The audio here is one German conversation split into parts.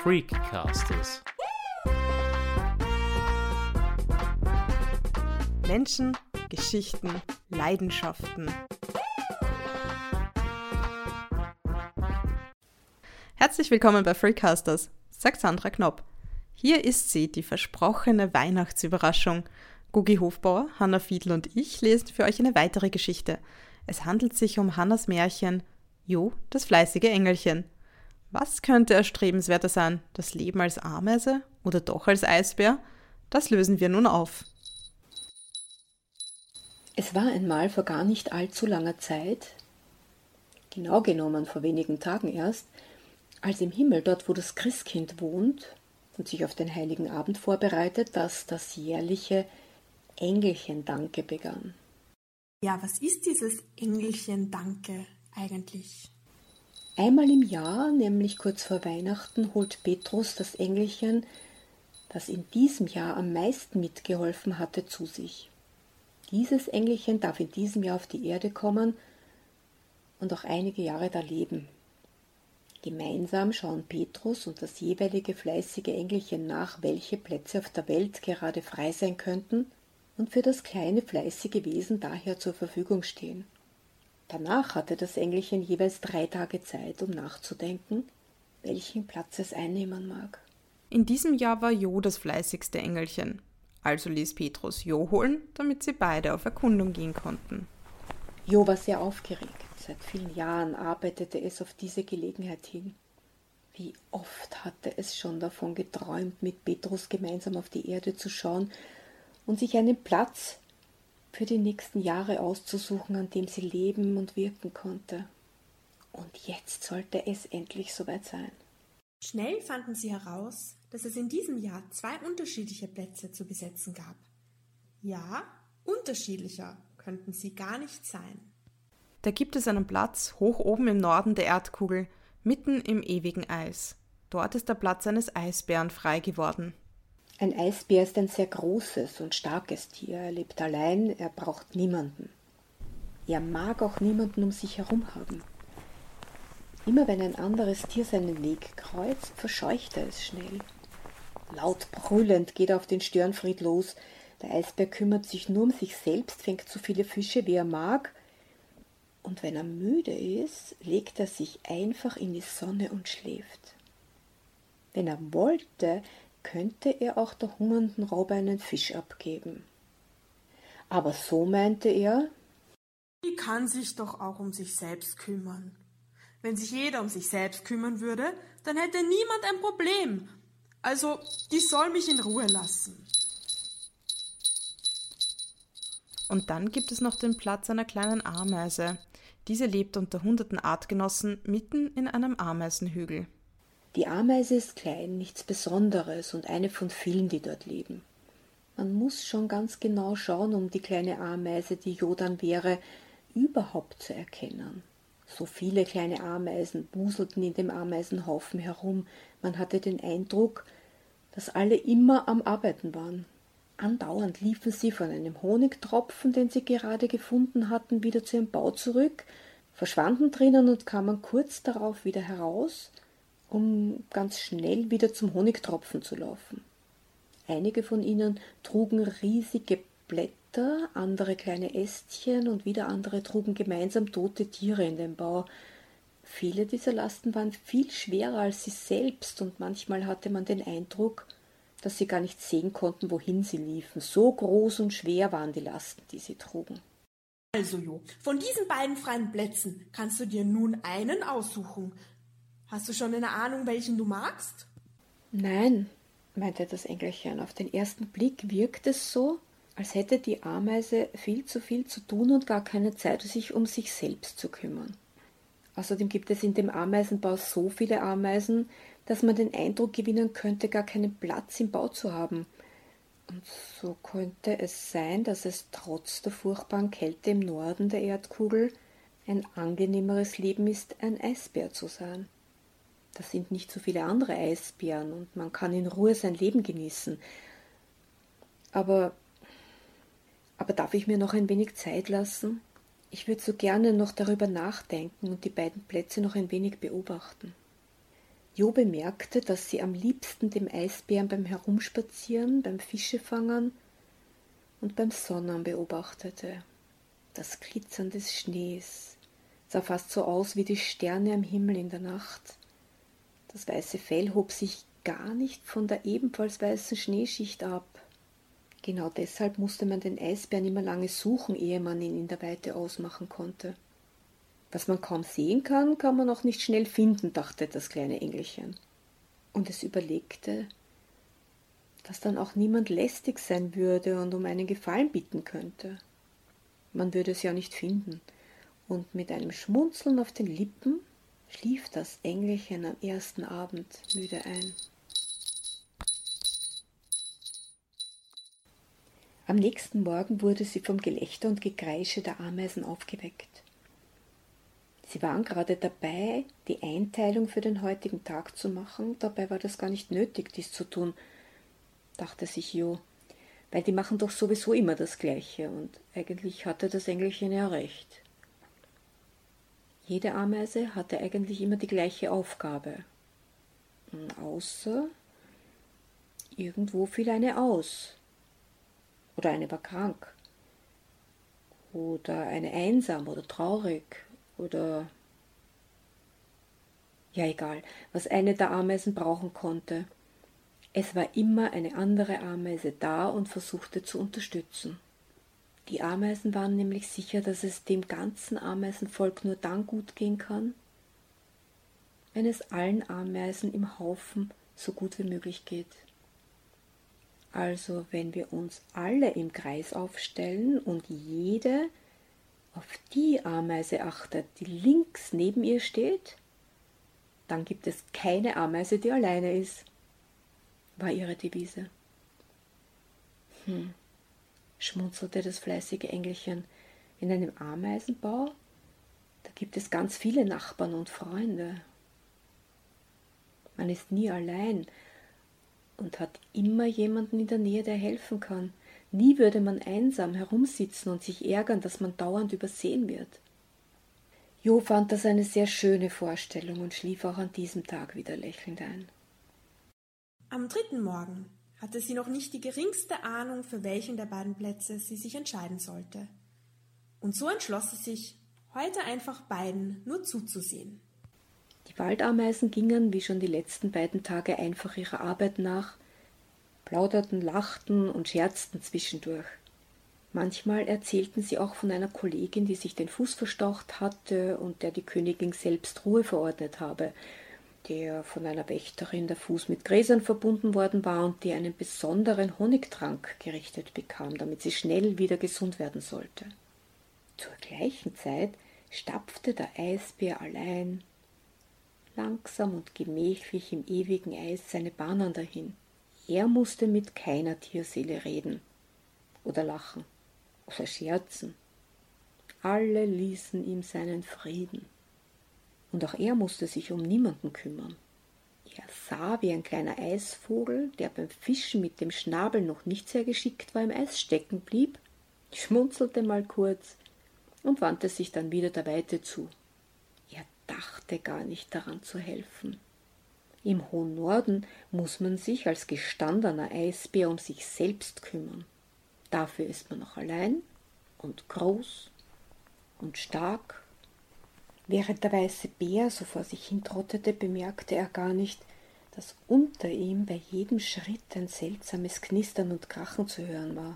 Freakcasters. Menschen, Geschichten, Leidenschaften. Herzlich willkommen bei Freakcasters, sagt Sandra Knopp. Hier ist sie, die versprochene Weihnachtsüberraschung. Gugi Hofbauer, Hanna Fiedl und ich lesen für euch eine weitere Geschichte. Es handelt sich um Hannas Märchen Jo, das fleißige Engelchen. Was könnte erstrebenswerter sein, das Leben als Ameise oder doch als Eisbär? Das lösen wir nun auf. Es war einmal vor gar nicht allzu langer Zeit, genau genommen vor wenigen Tagen erst, als im Himmel, dort wo das Christkind wohnt und sich auf den Heiligen Abend vorbereitet, dass das jährliche Engelchen-Danke begann. Ja, was ist dieses Engelchen-Danke eigentlich? Einmal im Jahr, nämlich kurz vor Weihnachten, holt Petrus das Engelchen, das in diesem Jahr am meisten mitgeholfen hatte, zu sich. Dieses Engelchen darf in diesem Jahr auf die Erde kommen und auch einige Jahre da leben. Gemeinsam schauen Petrus und das jeweilige fleißige Engelchen nach, welche Plätze auf der Welt gerade frei sein könnten und für das kleine fleißige Wesen daher zur Verfügung stehen. Danach hatte das Engelchen jeweils 3 Tage Zeit, um nachzudenken, welchen Platz es einnehmen mag. In diesem Jahr war Jo das fleißigste Engelchen. Also ließ Petrus Jo holen, damit sie beide auf Erkundung gehen konnten. Jo war sehr aufgeregt. Seit vielen Jahren arbeitete es auf diese Gelegenheit hin. Wie oft hatte es schon davon geträumt, mit Petrus gemeinsam auf die Erde zu schauen und sich einen Platz für die nächsten Jahre auszusuchen, an dem sie leben und wirken konnte. Und jetzt sollte es endlich soweit sein. Schnell fanden sie heraus, dass es in diesem Jahr 2 unterschiedliche Plätze zu besetzen gab. Ja, unterschiedlicher könnten sie gar nicht sein. Da gibt es einen Platz hoch oben im Norden der Erdkugel, mitten im ewigen Eis. Dort ist der Platz eines Eisbären frei geworden. Ein Eisbär ist ein sehr großes und starkes Tier. Er lebt allein, er braucht niemanden. Er mag auch niemanden um sich herum haben. Immer wenn ein anderes Tier seinen Weg kreuzt, verscheucht er es schnell. Laut brüllend geht er auf den Störenfried los. Der Eisbär kümmert sich nur um sich selbst, fängt so viele Fische, wie er mag. Und wenn er müde ist, legt er sich einfach in die Sonne und schläft. Wenn er wollte, könnte er auch der hungernden Robbe einen Fisch abgeben. Aber so meinte er, Die kann sich doch auch um sich selbst kümmern. Wenn sich jeder um sich selbst kümmern würde, dann hätte niemand ein Problem. Also, die soll mich in Ruhe lassen. Und dann gibt es noch den Platz einer kleinen Ameise. Diese lebt unter hunderten Artgenossen mitten in einem Ameisenhügel. die Ameise ist klein, nichts Besonderes und eine von vielen, die dort leben. Man muss schon ganz genau schauen, um die kleine Ameise, die Jo dann wäre, überhaupt zu erkennen. So viele kleine Ameisen wuselten in dem Ameisenhaufen herum. Man hatte den Eindruck, dass alle immer am Arbeiten waren. Andauernd liefen sie von einem Honigtropfen, den sie gerade gefunden hatten, wieder zu ihrem Bau zurück, verschwanden drinnen und kamen kurz darauf wieder heraus, um ganz schnell wieder zum Honigtropfen zu laufen. Einige von ihnen trugen riesige Blätter, andere kleine Ästchen und wieder andere trugen gemeinsam tote Tiere in den Bau. Viele dieser Lasten waren viel schwerer als sie selbst und manchmal hatte man den Eindruck, dass sie gar nicht sehen konnten, wohin sie liefen. So groß und schwer waren die Lasten, die sie trugen. Also Jo, von diesen beiden freien Plätzen kannst du dir nun einen aussuchen. Hast du schon eine Ahnung, welchen du magst? Nein, meinte das Engelchen. Auf den ersten Blick wirkt es so, als hätte die Ameise viel zu tun und gar keine Zeit, sich um sich selbst zu kümmern. Außerdem gibt es in dem Ameisenbau so viele Ameisen, dass man den Eindruck gewinnen könnte, gar keinen Platz im Bau zu haben. Und so könnte es sein, dass es trotz der furchtbaren Kälte im Norden der Erdkugel ein angenehmeres Leben ist, ein Eisbär zu sein. Da sind nicht so viele andere Eisbären und man kann in Ruhe sein Leben genießen. Aber darf ich mir noch ein wenig Zeit lassen? Ich würde so gerne noch darüber nachdenken und die beiden Plätze noch ein wenig beobachten. Jo bemerkte, dass sie am liebsten dem Eisbären beim Herumspazieren, beim Fischefangen und beim Sonnen beobachtete. Das Glitzern des Schnees sah fast so aus wie die Sterne am Himmel in der Nacht. Das weiße Fell hob sich gar nicht von der ebenfalls weißen Schneeschicht ab. Genau deshalb musste man den Eisbären immer lange suchen, ehe man ihn in der Weite ausmachen konnte. Was man kaum sehen kann, kann man auch nicht schnell finden, dachte das kleine Engelchen. Und es überlegte, dass dann auch niemand lästig sein würde und um einen Gefallen bitten könnte. Man würde es ja nicht finden. Und mit einem Schmunzeln auf den Lippen schlief das Engelchen am ersten Abend müde ein. Am nächsten Morgen wurde sie vom Gelächter und Gekreische der Ameisen aufgeweckt. Sie waren gerade dabei, die Einteilung für den heutigen Tag zu machen. Dabei war das gar nicht nötig, dies zu tun, dachte sich Jo, weil die machen doch sowieso immer das Gleiche und eigentlich hatte das Engelchen ja recht. Jede Ameise hatte eigentlich immer die gleiche Aufgabe, außer irgendwo fiel eine aus oder eine war krank oder eine einsam oder traurig. Oder, ja egal, was eine der Ameisen brauchen konnte. Es war immer eine andere Ameise da und versuchte zu unterstützen. Die Ameisen waren nämlich sicher, dass es dem ganzen Ameisenvolk nur dann gut gehen kann, wenn es allen Ameisen im Haufen so gut wie möglich geht. Also wenn wir uns alle im Kreis aufstellen und jede auf die Ameise achtet, die links neben ihr steht, dann gibt es keine Ameise, die alleine ist, war ihre Devise. Schmunzelte das fleißige Engelchen. In einem Ameisenbau, da gibt es ganz viele Nachbarn und Freunde. Man ist nie allein und hat immer jemanden in der Nähe, der helfen kann. Nie würde man einsam herumsitzen und sich ärgern, dass man dauernd übersehen wird. Jo fand das eine sehr schöne Vorstellung und schlief auch an diesem Tag wieder lächelnd ein. Am dritten Morgen hatte sie noch nicht die geringste Ahnung, für welchen der beiden Plätze sie sich entscheiden sollte. Und so entschloss sie sich, heute einfach beiden nur zuzusehen. Die Waldameisen gingen, wie schon die letzten beiden Tage, einfach ihrer Arbeit nach, plauderten, lachten und scherzten zwischendurch. Manchmal erzählten sie auch von einer Kollegin, die sich den Fuß verstaucht hatte und der die Königin selbst Ruhe verordnet habe, der von einer Wächterin der Fuß mit Gräsern verbunden worden war und die einen besonderen Honigtrank gerichtet bekam, damit sie schnell wieder gesund werden sollte. Zur gleichen Zeit stapfte der Eisbär allein, langsam und gemächlich im ewigen Eis seine Bahnen dahin. Er musste mit keiner Tierseele reden oder lachen oder scherzen. Alle ließen ihm seinen Frieden. Und auch er musste sich um niemanden kümmern. Er sah, wie ein kleiner Eisvogel, der beim Fischen mit dem Schnabel noch nicht sehr geschickt war, im Eis stecken blieb, schmunzelte mal kurz und wandte sich dann wieder der Weite zu. Er dachte gar nicht daran zu helfen. Im hohen Norden muss man sich als gestandener Eisbär um sich selbst kümmern. Dafür ist man noch allein und groß und stark. Während der weiße Bär so vor sich hintrottete, bemerkte er gar nicht, dass unter ihm bei jedem Schritt ein seltsames Knistern und Krachen zu hören war.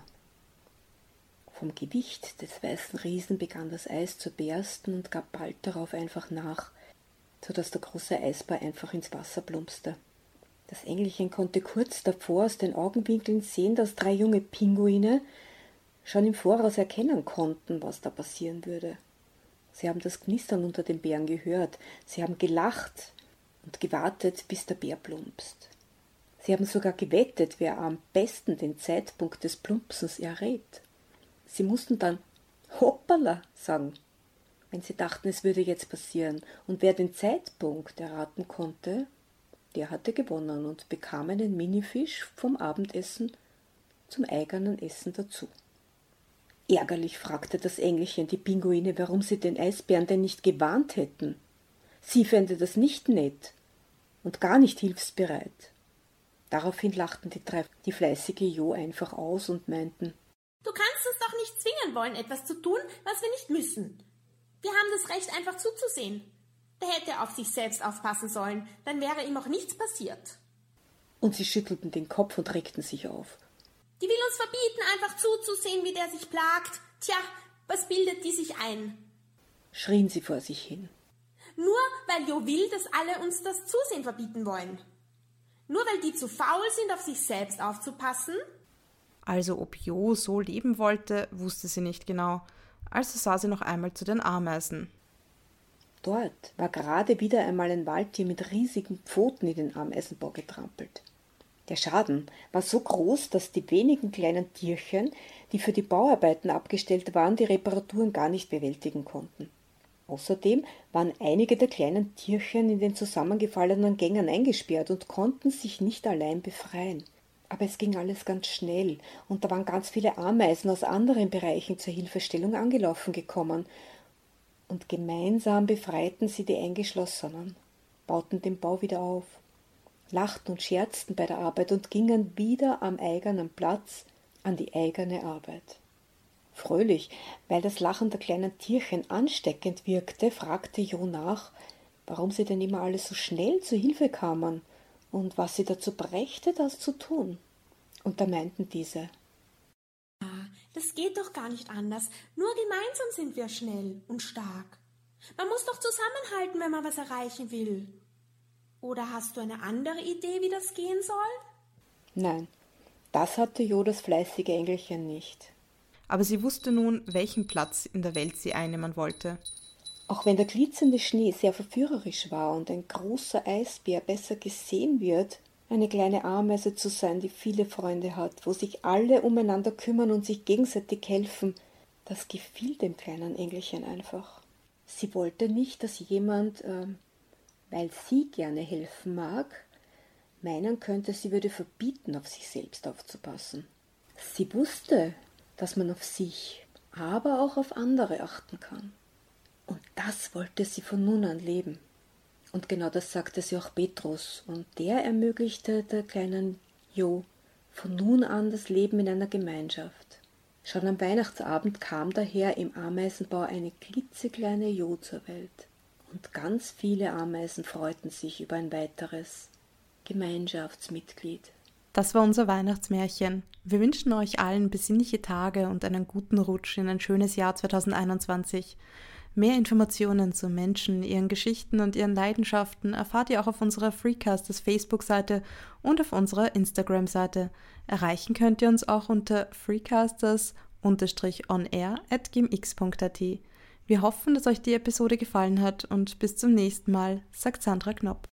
Vom Gewicht des weißen Riesen begann das Eis zu bersten und gab bald darauf einfach nach, so dass der große Eisbär einfach ins Wasser plumpste. Das Engelchen konnte kurz davor aus den Augenwinkeln sehen, dass 3 junge Pinguine schon im Voraus erkennen konnten, was da passieren würde. Sie haben das Knistern unter den Bären gehört, sie haben gelacht und gewartet, bis der Bär plumpst. Sie haben sogar gewettet, wer am besten den Zeitpunkt des Plumpsens errät. Sie mussten dann »Hoppala« sagen, wenn sie dachten, es würde jetzt passieren. Und wer den Zeitpunkt erraten konnte, der hatte gewonnen und bekam einen Minifisch vom Abendessen zum eigenen Essen dazu. Ärgerlich fragte das Engelchen die Pinguine, warum sie den Eisbären denn nicht gewarnt hätten. Sie fände das nicht nett. und gar nicht hilfsbereit. Daraufhin lachten die drei die fleißige Jo einfach aus und meinten: Du kannst uns doch nicht zwingen wollen, etwas zu tun, was wir nicht müssen. Wir haben das Recht, einfach zuzusehen. Der hätte auf sich selbst aufpassen sollen, dann wäre ihm auch nichts passiert. Und sie schüttelten den Kopf und regten sich auf. Die will uns verbieten, einfach zuzusehen, wie der sich plagt. Tja, was bildet die sich ein? Schrien sie vor sich hin. Nur weil Jo will, dass alle uns das Zusehen verbieten wollen. Nur weil die zu faul sind, auf sich selbst aufzupassen? Also ob Jo so leben wollte, wusste sie nicht genau. Also sah sie noch einmal zu den Ameisen. Dort war gerade wieder einmal ein Waldtier mit riesigen Pfoten in den Ameisenbau getrampelt. Der Schaden war so groß, dass die wenigen kleinen Tierchen, die für die Bauarbeiten abgestellt waren, die Reparaturen gar nicht bewältigen konnten. Außerdem waren einige der kleinen Tierchen in den zusammengefallenen Gängen eingesperrt und konnten sich nicht allein befreien. Aber es ging alles ganz schnell und da waren ganz viele Ameisen aus anderen Bereichen zur Hilfestellung angelaufen gekommen. Und gemeinsam befreiten sie die Eingeschlossenen, bauten den Bau wieder auf, lachten und scherzten bei der Arbeit und gingen wieder am eigenen Platz an die eigene Arbeit. Fröhlich, weil das Lachen der kleinen Tierchen ansteckend wirkte, fragte Jo nach, warum sie denn immer alle so schnell zur Hilfe kamen und was sie dazu brächte, das zu tun. Und da meinten diese: Das geht doch gar nicht anders. Nur gemeinsam sind wir schnell und stark. Man muss doch zusammenhalten, wenn man was erreichen will. Oder hast du eine andere Idee, wie das gehen soll? Nein, das hatte Jo, das fleißige Engelchen, nicht. Aber sie wusste nun, welchen Platz in der Welt sie einnehmen wollte. Auch wenn der glitzernde Schnee sehr verführerisch war und ein großer Eisbär besser gesehen wird, eine kleine Ameise zu sein, die viele Freunde hat, wo sich alle umeinander kümmern und sich gegenseitig helfen, das gefiel dem kleinen Engelchen einfach. Sie wollte nicht, dass jemand, weil sie gerne helfen mag, meinen könnte, sie würde verbieten, auf sich selbst aufzupassen. Sie wusste, dass man auf sich, aber auch auf andere achten kann. Und das wollte sie von nun an leben. Und genau das sagte sie auch Petrus, und der ermöglichte der kleinen Jo von nun an das Leben in einer Gemeinschaft. Schon am Weihnachtsabend kam daher im Ameisenbau eine klitzekleine Jo zur Welt. Und ganz viele Ameisen freuten sich über ein weiteres Gemeinschaftsmitglied. Das war unser Weihnachtsmärchen. Wir wünschen euch allen besinnliche Tage und einen guten Rutsch in ein schönes Jahr 2021. Mehr Informationen zu Menschen, ihren Geschichten und ihren Leidenschaften erfahrt ihr auch auf unserer Freecasters Facebook-Seite und auf unserer Instagram-Seite. Erreichen könnt ihr uns auch unter freecasters_onair@gmx.at. Wir hoffen, dass euch die Episode gefallen hat und bis zum nächsten Mal, sagt Sandra Knopp.